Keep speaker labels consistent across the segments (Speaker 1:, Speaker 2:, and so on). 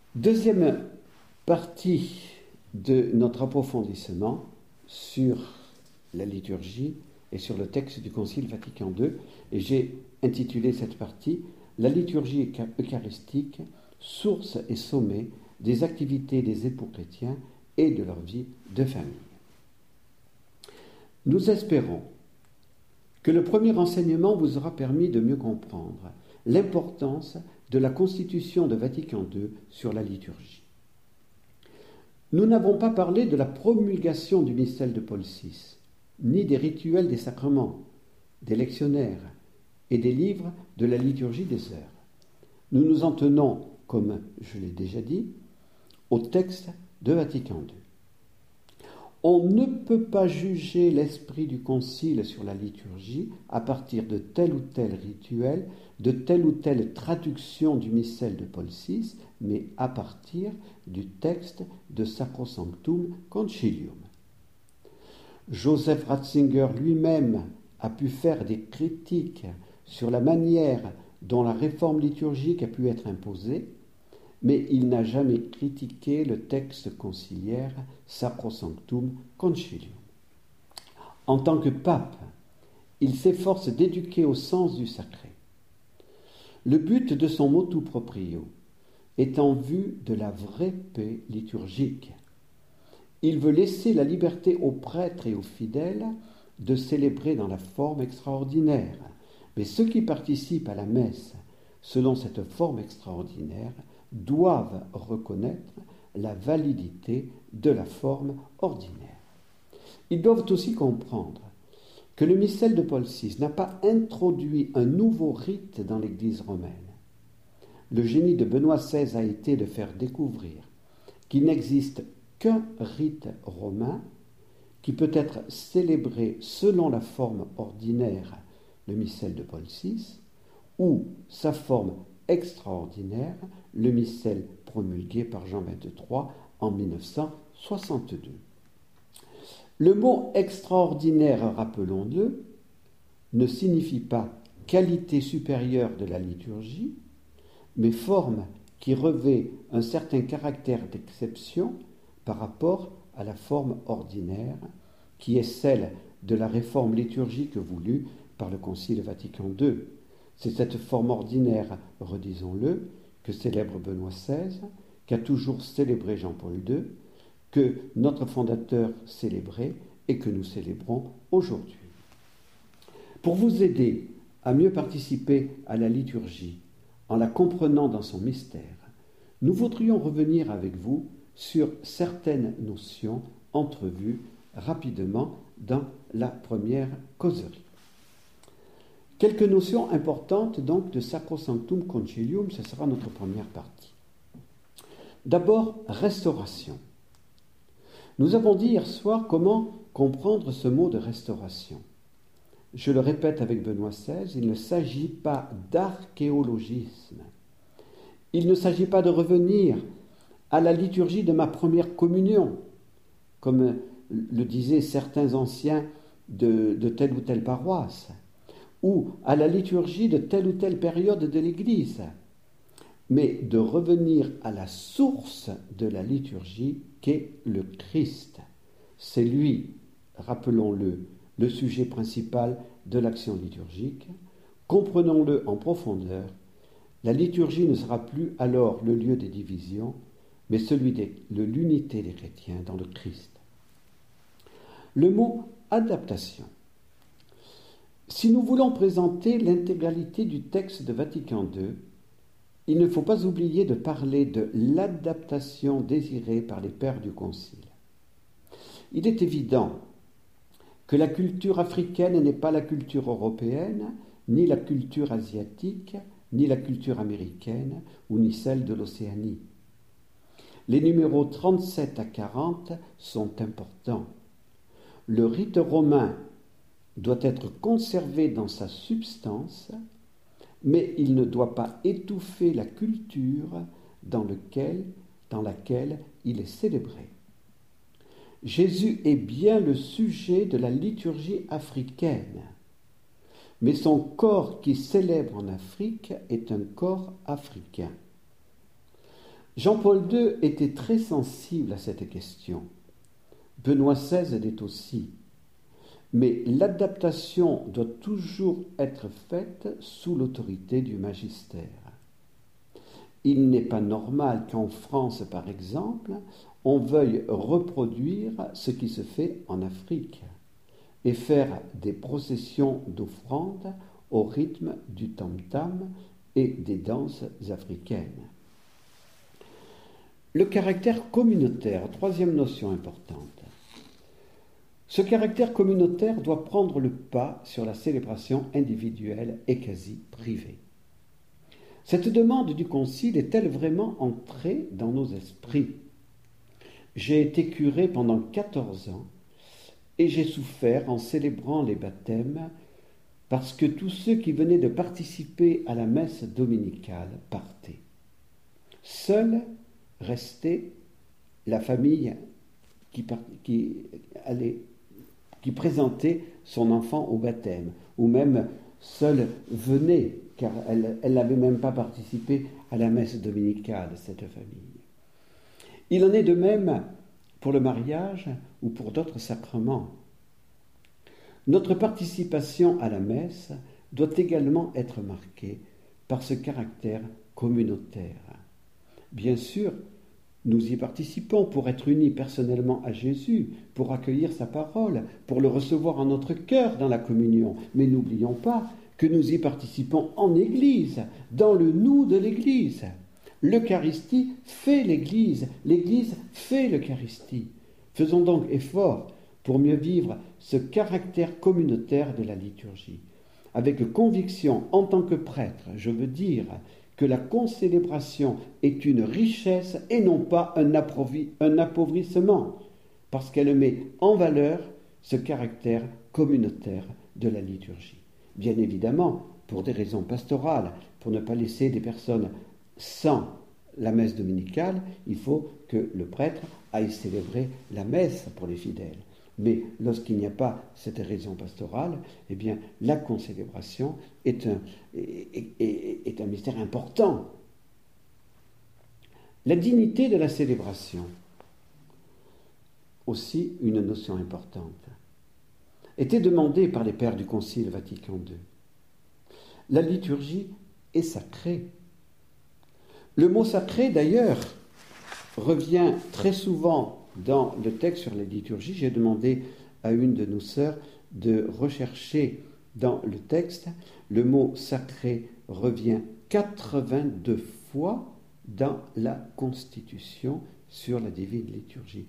Speaker 1: Deuxième partie de notre approfondissement sur la liturgie et sur le texte du Concile Vatican II, et j'ai intitulé cette partie « La liturgie eucharistique, source et sommet des activités des époux chrétiens et de leur vie de famille ». Nous espérons que le premier enseignement vous aura permis de mieux comprendre l'importance de la Constitution de Vatican II sur la liturgie. Nous n'avons pas parlé de la promulgation du missel de Paul VI, ni des rituels des sacrements, des lectionnaires et des livres de la liturgie des heures. Nous nous en tenons, comme je l'ai déjà dit, au texte de Vatican II. On ne peut pas juger l'esprit du Concile sur la liturgie à partir de tel ou tel rituel, de telle ou telle traduction du missel de Paul VI, mais à partir du texte de Sacrosanctum Concilium. Joseph Ratzinger lui-même a pu faire des critiques sur la manière dont la réforme liturgique a pu être imposée, mais il n'a jamais critiqué le texte conciliaire Sacrosanctum Concilium. En tant que pape, il s'efforce d'éduquer au sens du sacré. Le but de son motu proprio est en vue de la vraie paix liturgique. Il veut laisser la liberté aux prêtres et aux fidèles de célébrer dans la forme extraordinaire, mais ceux qui participent à la messe selon cette forme extraordinaire doivent reconnaître la validité de la forme ordinaire. Ils doivent aussi comprendre que le missel de Paul VI n'a pas introduit un nouveau rite dans l'Église romaine. Le génie de Benoît XVI a été de faire découvrir qu'il n'existe qu'un rite romain qui peut être célébré selon la forme ordinaire, le missel de Paul VI, ou sa forme extraordinaire, le missel promulgué par Jean XXIII en 1962. Le mot extraordinaire, rappelons-le, ne signifie pas qualité supérieure de la liturgie, mais forme qui revêt un certain caractère d'exception par rapport à la forme ordinaire, qui est celle de la réforme liturgique voulue par le Concile Vatican II. C'est cette forme ordinaire, redisons-le, que célèbre Benoît XVI, qu'a toujours célébré Jean-Paul II, que notre fondateur célébrait et que nous célébrons aujourd'hui. Pour vous aider à mieux participer à la liturgie, en la comprenant dans son mystère, nous voudrions revenir avec vous sur certaines notions entrevues rapidement dans la première causerie. Quelques notions importantes donc de Sacrosanctum Concilium, ce sera notre première partie. D'abord, restauration. Nous avons dit hier soir comment comprendre ce mot de restauration. Je le répète avec Benoît XVI, il ne s'agit pas d'archéologisme. Il ne s'agit pas de revenir à la liturgie de ma première communion, comme le disaient certains anciens de telle ou telle paroisse, ou à la liturgie de telle ou telle période de l'Église, mais de revenir à la source de la liturgie qu'est le Christ. C'est lui, rappelons-le, le sujet principal de l'action liturgique. Comprenons-le en profondeur. La liturgie ne sera plus alors le lieu des divisions, mais celui de l'unité des chrétiens dans le Christ. Le mot adaptation. Si nous voulons présenter l'intégralité du texte de Vatican II, il ne faut pas oublier de parler de l'adaptation désirée par les pères du Concile. Il est évident que la culture africaine n'est pas la culture européenne, ni la culture asiatique, ni la culture américaine, ou ni celle de l'Océanie. Les numéros 37 à 40 sont importants. Le rite romain doit être conservé dans sa substance, mais il ne doit pas étouffer la culture dans laquelle il est célébré. Jésus est bien le sujet de la liturgie africaine, mais son corps qui célèbre en Afrique est un corps africain. Jean-Paul II était très sensible à cette question. Benoît XVI l'est aussi. Mais l'adaptation doit toujours être faite sous l'autorité du magistère. Il n'est pas normal qu'en France, par exemple, on veuille reproduire ce qui se fait en Afrique et faire des processions d'offrandes au rythme du tam-tam et des danses africaines. Le caractère communautaire, troisième notion importante. Ce caractère communautaire doit prendre le pas sur la célébration individuelle et quasi privée. Cette demande du Concile est-elle vraiment entrée dans nos esprits? J'ai été curé pendant 14 ans et j'ai souffert en célébrant les baptêmes parce que tous ceux qui venaient de participer à la messe dominicale partaient. Seule restait la famille qui présentait son enfant au baptême, ou même seule venait, car elle n'avait même pas participé à la messe dominicale, cette famille. Il en est de même pour le mariage ou pour d'autres sacrements. Notre participation à la messe doit également être marquée par ce caractère communautaire. Bien sûr, nous y participons pour être unis personnellement à Jésus, pour accueillir sa parole, pour le recevoir en notre cœur dans la communion. Mais n'oublions pas que nous y participons en Église, dans le nous de l'Église. L'Eucharistie fait l'Église, l'Église fait l'Eucharistie. Faisons donc effort pour mieux vivre ce caractère communautaire de la liturgie. Avec conviction, en tant que prêtre, je veux dire que la concélébration est une richesse et non pas un appauvrissement, parce qu'elle met en valeur ce caractère communautaire de la liturgie. Bien évidemment, pour des raisons pastorales, pour ne pas laisser des personnes sans la messe dominicale, il faut que le prêtre aille célébrer la messe pour les fidèles. Mais lorsqu'il n'y a pas cette raison pastorale, eh bien, la concélébration est un mystère important. La dignité de la célébration, aussi une notion importante, était demandée par les pères du Concile Vatican II. La liturgie est sacrée. Le mot sacré, d'ailleurs, revient très souvent dans le texte sur la liturgie. J'ai demandé à une de nos sœurs de rechercher dans le texte. Le mot sacré revient 82 fois dans la Constitution sur la divine liturgie.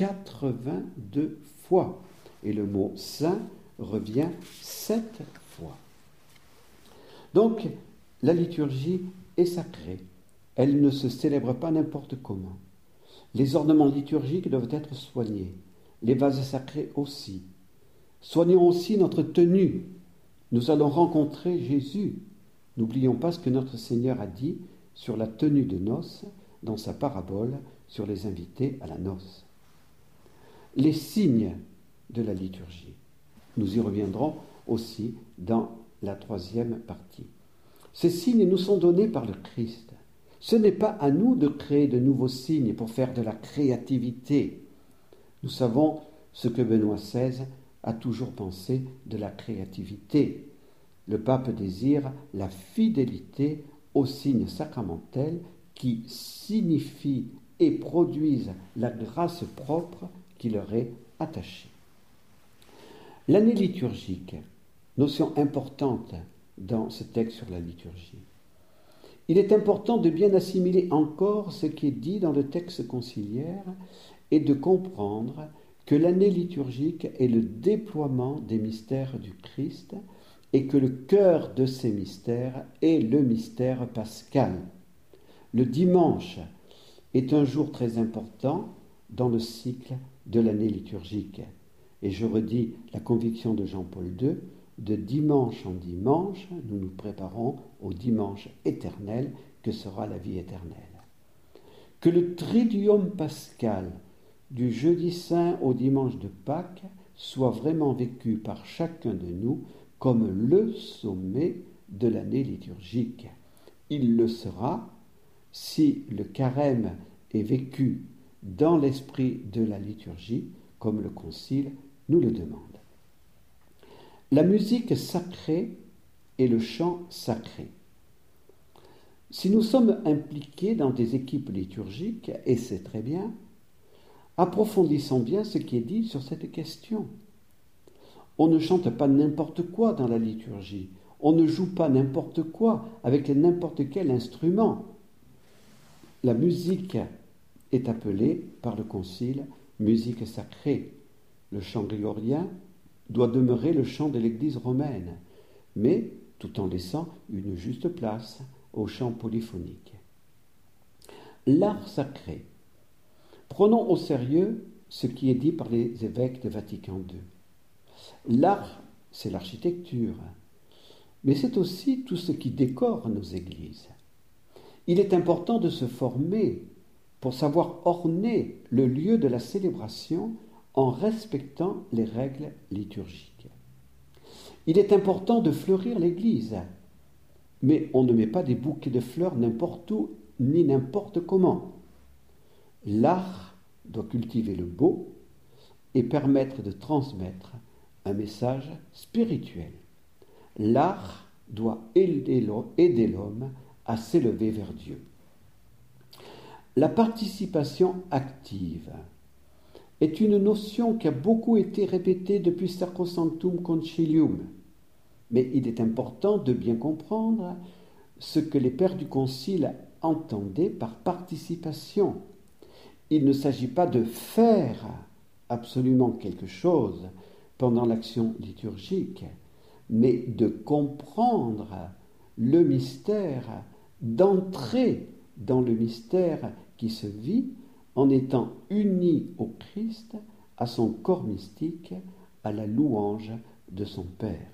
Speaker 1: 82 fois. Et le mot saint revient 7 fois. Donc, la liturgie est sacrée. Elle ne se célèbre pas n'importe comment. Les ornements liturgiques doivent être soignés, les vases sacrés aussi. Soignons aussi notre tenue. Nous allons rencontrer Jésus. N'oublions pas ce que notre Seigneur a dit sur la tenue de noces dans sa parabole sur les invités à la noce. Les signes de la liturgie. Nous y reviendrons aussi dans la troisième partie. Ces signes nous sont donnés par le Christ. Ce n'est pas à nous de créer de nouveaux signes pour faire de la créativité. Nous savons ce que Benoît XVI a toujours pensé de la créativité. Le pape désire la fidélité aux signes sacramentels qui signifient et produisent la grâce propre qui leur est attachée. L'année liturgique, notion importante dans ce texte sur la liturgie. Il est important de bien assimiler encore ce qui est dit dans le texte conciliaire et de comprendre que l'année liturgique est le déploiement des mystères du Christ et que le cœur de ces mystères est le mystère pascal. Le dimanche est un jour très important dans le cycle de l'année liturgique. Et je redis la conviction de Jean-Paul II, de dimanche en dimanche, nous nous préparons au dimanche éternel que sera la vie éternelle. Que le triduum pascal du jeudi saint au dimanche de Pâques soit vraiment vécu par chacun de nous comme le sommet de l'année liturgique. Il le sera si le carême est vécu dans l'esprit de la liturgie, comme le Concile nous le demande. La musique sacrée et le chant sacré. Si nous sommes impliqués dans des équipes liturgiques, et c'est très bien, approfondissons bien ce qui est dit sur cette question. On ne chante pas n'importe quoi dans la liturgie. On ne joue pas n'importe quoi avec n'importe quel instrument. La musique est appelée par le Concile musique sacrée. Le chant grégorien doit demeurer le chant de l'Église romaine, mais tout en laissant une juste place au chant polyphonique. L'art sacré. Prenons au sérieux ce qui est dit par les évêques de Vatican II. L'art, c'est l'architecture, mais c'est aussi tout ce qui décore nos églises. Il est important de se former pour savoir orner le lieu de la célébration en respectant les règles liturgiques. Il est important de fleurir l'église, mais on ne met pas des bouquets de fleurs n'importe où ni n'importe comment. L'art doit cultiver le beau et permettre de transmettre un message spirituel. L'art doit aider l'homme à s'élever vers Dieu. La participation active est une notion qui a beaucoup été répétée depuis Sacrosanctum Concilium, mais il est important de bien comprendre ce que les pères du Concile entendaient par participation. Il ne s'agit pas de faire absolument quelque chose pendant l'action liturgique, mais de comprendre le mystère, d'entrer dans le mystère qui se vit en étant uni au Christ, à son corps mystique, à la louange de son Père.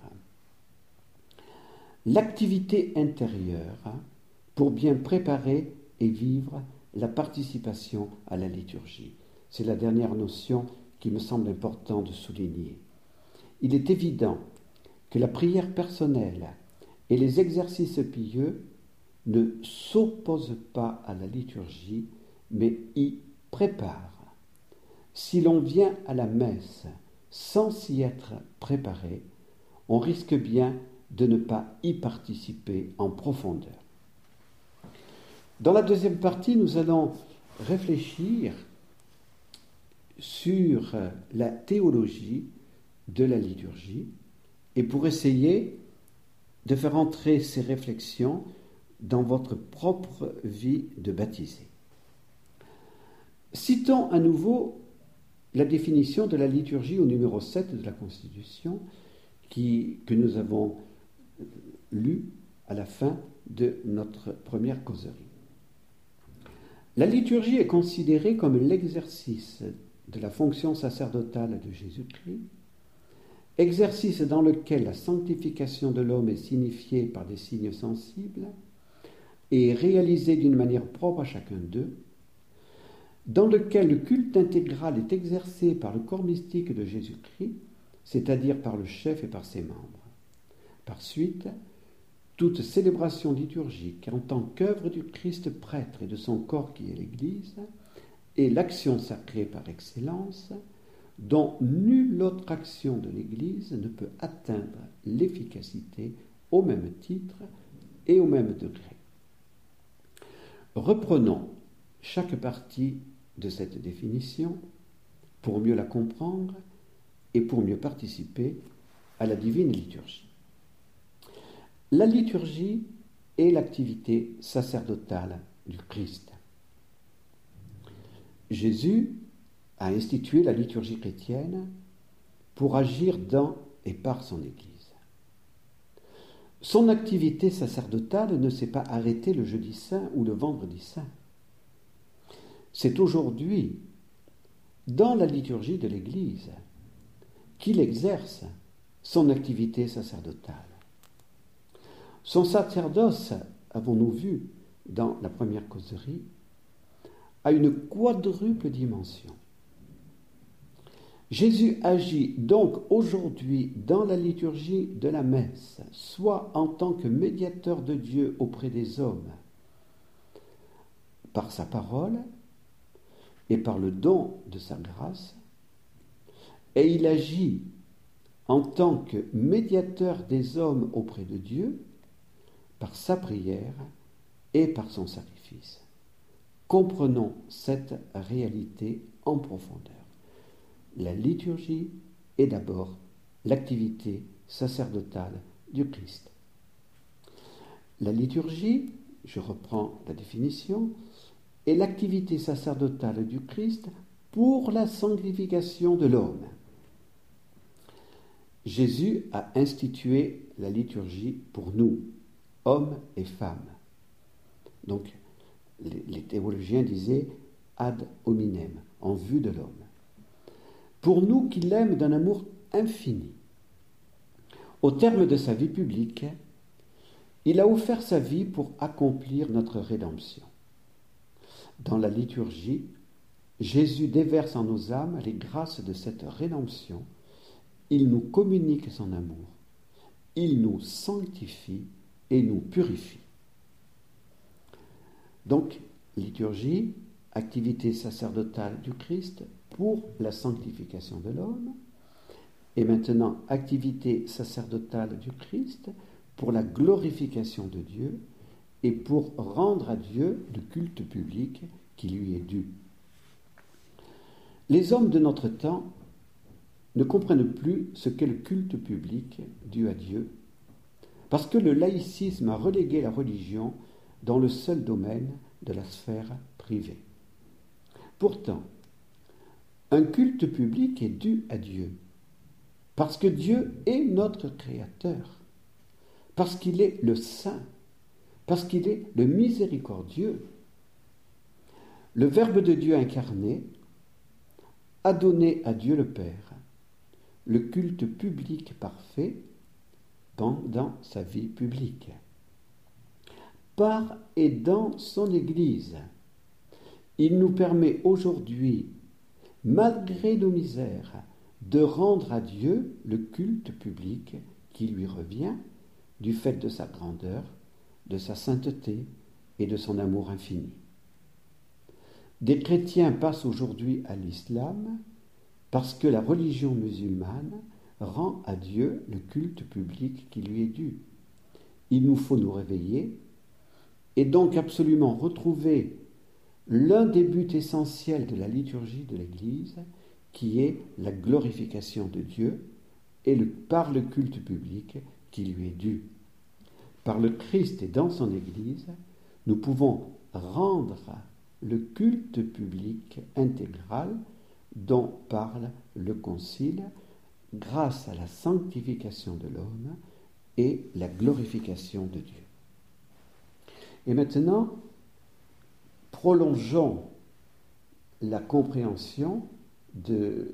Speaker 1: L'activité intérieure pour bien préparer et vivre la participation à la liturgie. C'est la dernière notion qui me semble important de souligner. Il est évident que la prière personnelle et les exercices pieux ne s'opposent pas à la liturgie, mais y préparent. Si l'on vient à la messe sans s'y être préparé, on risque bien de ne pas y participer en profondeur. Dans la deuxième partie, nous allons réfléchir sur la théologie de la liturgie et pour essayer de faire entrer ces réflexions dans votre propre vie de baptisé. Citons à nouveau la définition de la liturgie au numéro 7 de la Constitution que nous avons lue à la fin de notre première causerie. La liturgie est considérée comme l'exercice de la fonction sacerdotale de Jésus-Christ, exercice dans lequel la sanctification de l'homme est signifiée par des signes sensibles et réalisée d'une manière propre à chacun d'eux, dans lequel le culte intégral est exercé par le corps mystique de Jésus-Christ, c'est-à-dire par le chef et par ses membres. Par suite, toute célébration liturgique en tant qu'œuvre du Christ prêtre et de son corps qui est l'Église est l'action sacrée par excellence, dont nulle autre action de l'Église ne peut atteindre l'efficacité au même titre et au même degré. Reprenons chaque partie de cette définition pour mieux la comprendre et pour mieux participer à la divine liturgie. La liturgie est l'activité sacerdotale du Christ. Jésus a institué la liturgie chrétienne pour agir dans et par son Église. Son activité sacerdotale ne s'est pas arrêtée le jeudi saint ou le vendredi saint. C'est aujourd'hui, dans la liturgie de l'Église, qu'il exerce son activité sacerdotale. Son sacerdoce, avons-nous vu dans la première causerie, a une quadruple dimension. Jésus agit donc aujourd'hui dans la liturgie de la messe, soit en tant que médiateur de Dieu auprès des hommes, par sa parole et par le don de sa grâce, et il agit en tant que médiateur des hommes auprès de Dieu par sa prière et par son sacrifice. Comprenons cette réalité en profondeur. La liturgie est d'abord l'activité sacerdotale du Christ. La liturgie, je reprends la définition, est l'activité sacerdotale du Christ pour la sanctification de l'homme. Jésus a institué la liturgie pour nous, hommes et femmes. Donc, les théologiens disaient ad hominem, en vue de l'homme. Pour nous qui l'aime d'un amour infini. Au terme de sa vie publique, il a offert sa vie pour accomplir notre rédemption. Dans la liturgie, Jésus déverse en nos âmes les grâces de cette rédemption. Il nous communique son amour. Il nous sanctifie et nous purifie. Donc, liturgie, activité sacerdotale du Christ pour la sanctification de l'homme. Et maintenant, activité sacerdotale du Christ pour la glorification de Dieu et pour rendre à Dieu le culte public qui lui est dû. Les hommes de notre temps ne comprennent plus ce qu'est le culte public dû à Dieu, parce que le laïcisme a relégué la religion dans le seul domaine de la sphère privée. Pourtant, un culte public est dû à Dieu, parce que Dieu est notre Créateur, parce qu'il est le Saint, parce qu'il est le miséricordieux. Le Verbe de Dieu incarné a donné à Dieu le Père le culte public parfait pendant sa vie publique. Par et dans son Église, il nous permet aujourd'hui, malgré nos misères, de rendre à Dieu le culte public qui lui revient du fait de sa grandeur, de sa sainteté et de son amour infini. Des chrétiens passent aujourd'hui à l'islam parce que la religion musulmane rend à Dieu le culte public qui lui est dû. Il nous faut nous réveiller et donc absolument retrouver l'un des buts essentiels de la liturgie de l'Église, qui est la glorification de Dieu et par le culte public qui lui est dû. Par le Christ et dans son Église, nous pouvons rendre le culte public intégral dont parle le Concile grâce à la sanctification de l'homme et la glorification de Dieu. Et maintenant, prolongeons la compréhension de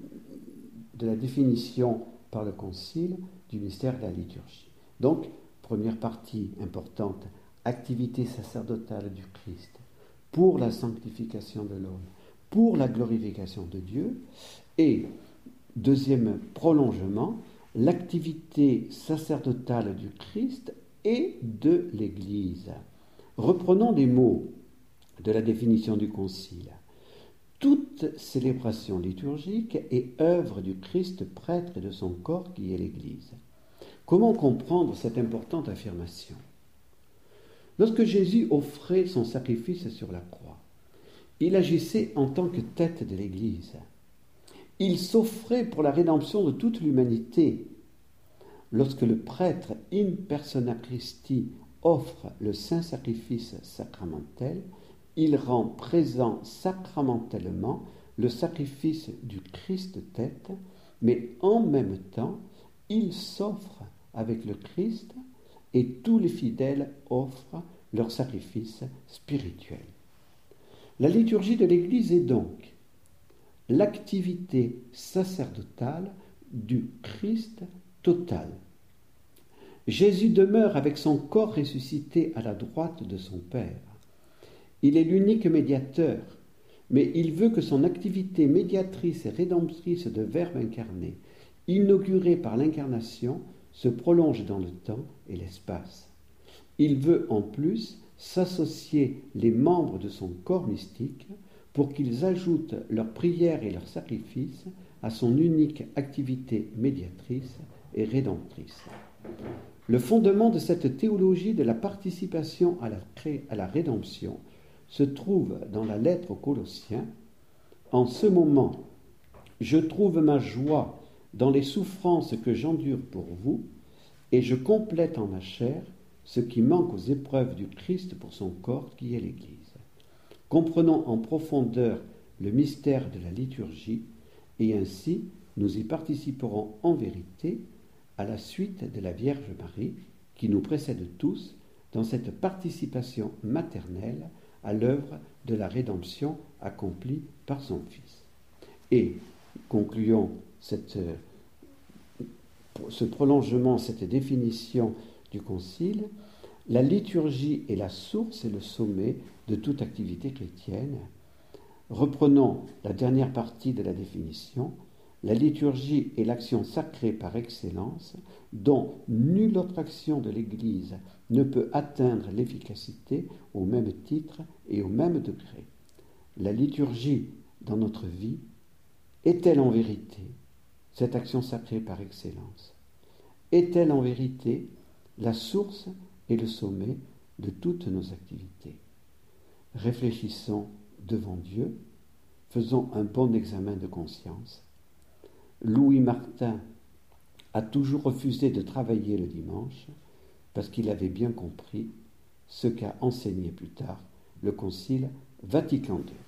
Speaker 1: la définition par le Concile du mystère de la liturgie. Donc, première partie importante, activité sacerdotale du Christ pour la sanctification de l'homme, pour la glorification de Dieu, et deuxième prolongement, l'activité sacerdotale du Christ et de l'Église. Reprenons les mots de la définition du Concile. Toute célébration liturgique est œuvre du Christ prêtre et de son corps qui est l'Église. Comment comprendre cette importante affirmation ? Lorsque Jésus offrait son sacrifice sur la croix, il agissait en tant que tête de l'Église. Il s'offrait pour la rédemption de toute l'humanité. Lorsque le prêtre in persona Christi offre le saint sacrifice sacramentel, il rend présent sacramentellement le sacrifice du Christ tête, mais en même temps, il s'offre avec le Christ et tous les fidèles offrent leur sacrifice spirituel. La liturgie de l'Église est donc l'activité sacerdotale du Christ total. Jésus demeure avec son corps ressuscité à la droite de son Père. Il est l'unique médiateur, mais il veut que son activité médiatrice et rédemptrice de Verbe incarné, inaugurée par l'incarnation, se prolonge dans le temps et l'espace. Il veut en plus s'associer les membres de son corps mystique pour qu'ils ajoutent leurs prières et leurs sacrifices à son unique activité médiatrice et rédemptrice. Le fondement de cette théologie de la participation à la rédemption se trouve dans la lettre aux Colossiens. En ce moment, je trouve ma joie dans les souffrances que j'endure pour vous, et je complète en ma chair ce qui manque aux épreuves du Christ pour son corps qui est l'Église. Comprenons en profondeur le mystère de la liturgie, et ainsi nous y participerons en vérité à la suite de la Vierge Marie, qui nous précède tous dans cette participation maternelle à l'œuvre de la rédemption accomplie par son Fils. Et concluons ce prolongement, cette définition du Concile. La liturgie est la source et le sommet de toute activité chrétienne. Reprenons la dernière partie de la définition. La liturgie est l'action sacrée par excellence, dont nulle autre action de l'Église ne peut atteindre l'efficacité au même titre et au même degré. La liturgie dans notre vie est-elle en vérité cette action sacrée par excellence? Est-elle en vérité la source et le sommet de toutes nos activités? Réfléchissons devant Dieu, faisons un bon examen de conscience. Louis Martin a toujours refusé de travailler le dimanche parce qu'il avait bien compris ce qu'a enseigné plus tard le Concile Vatican II.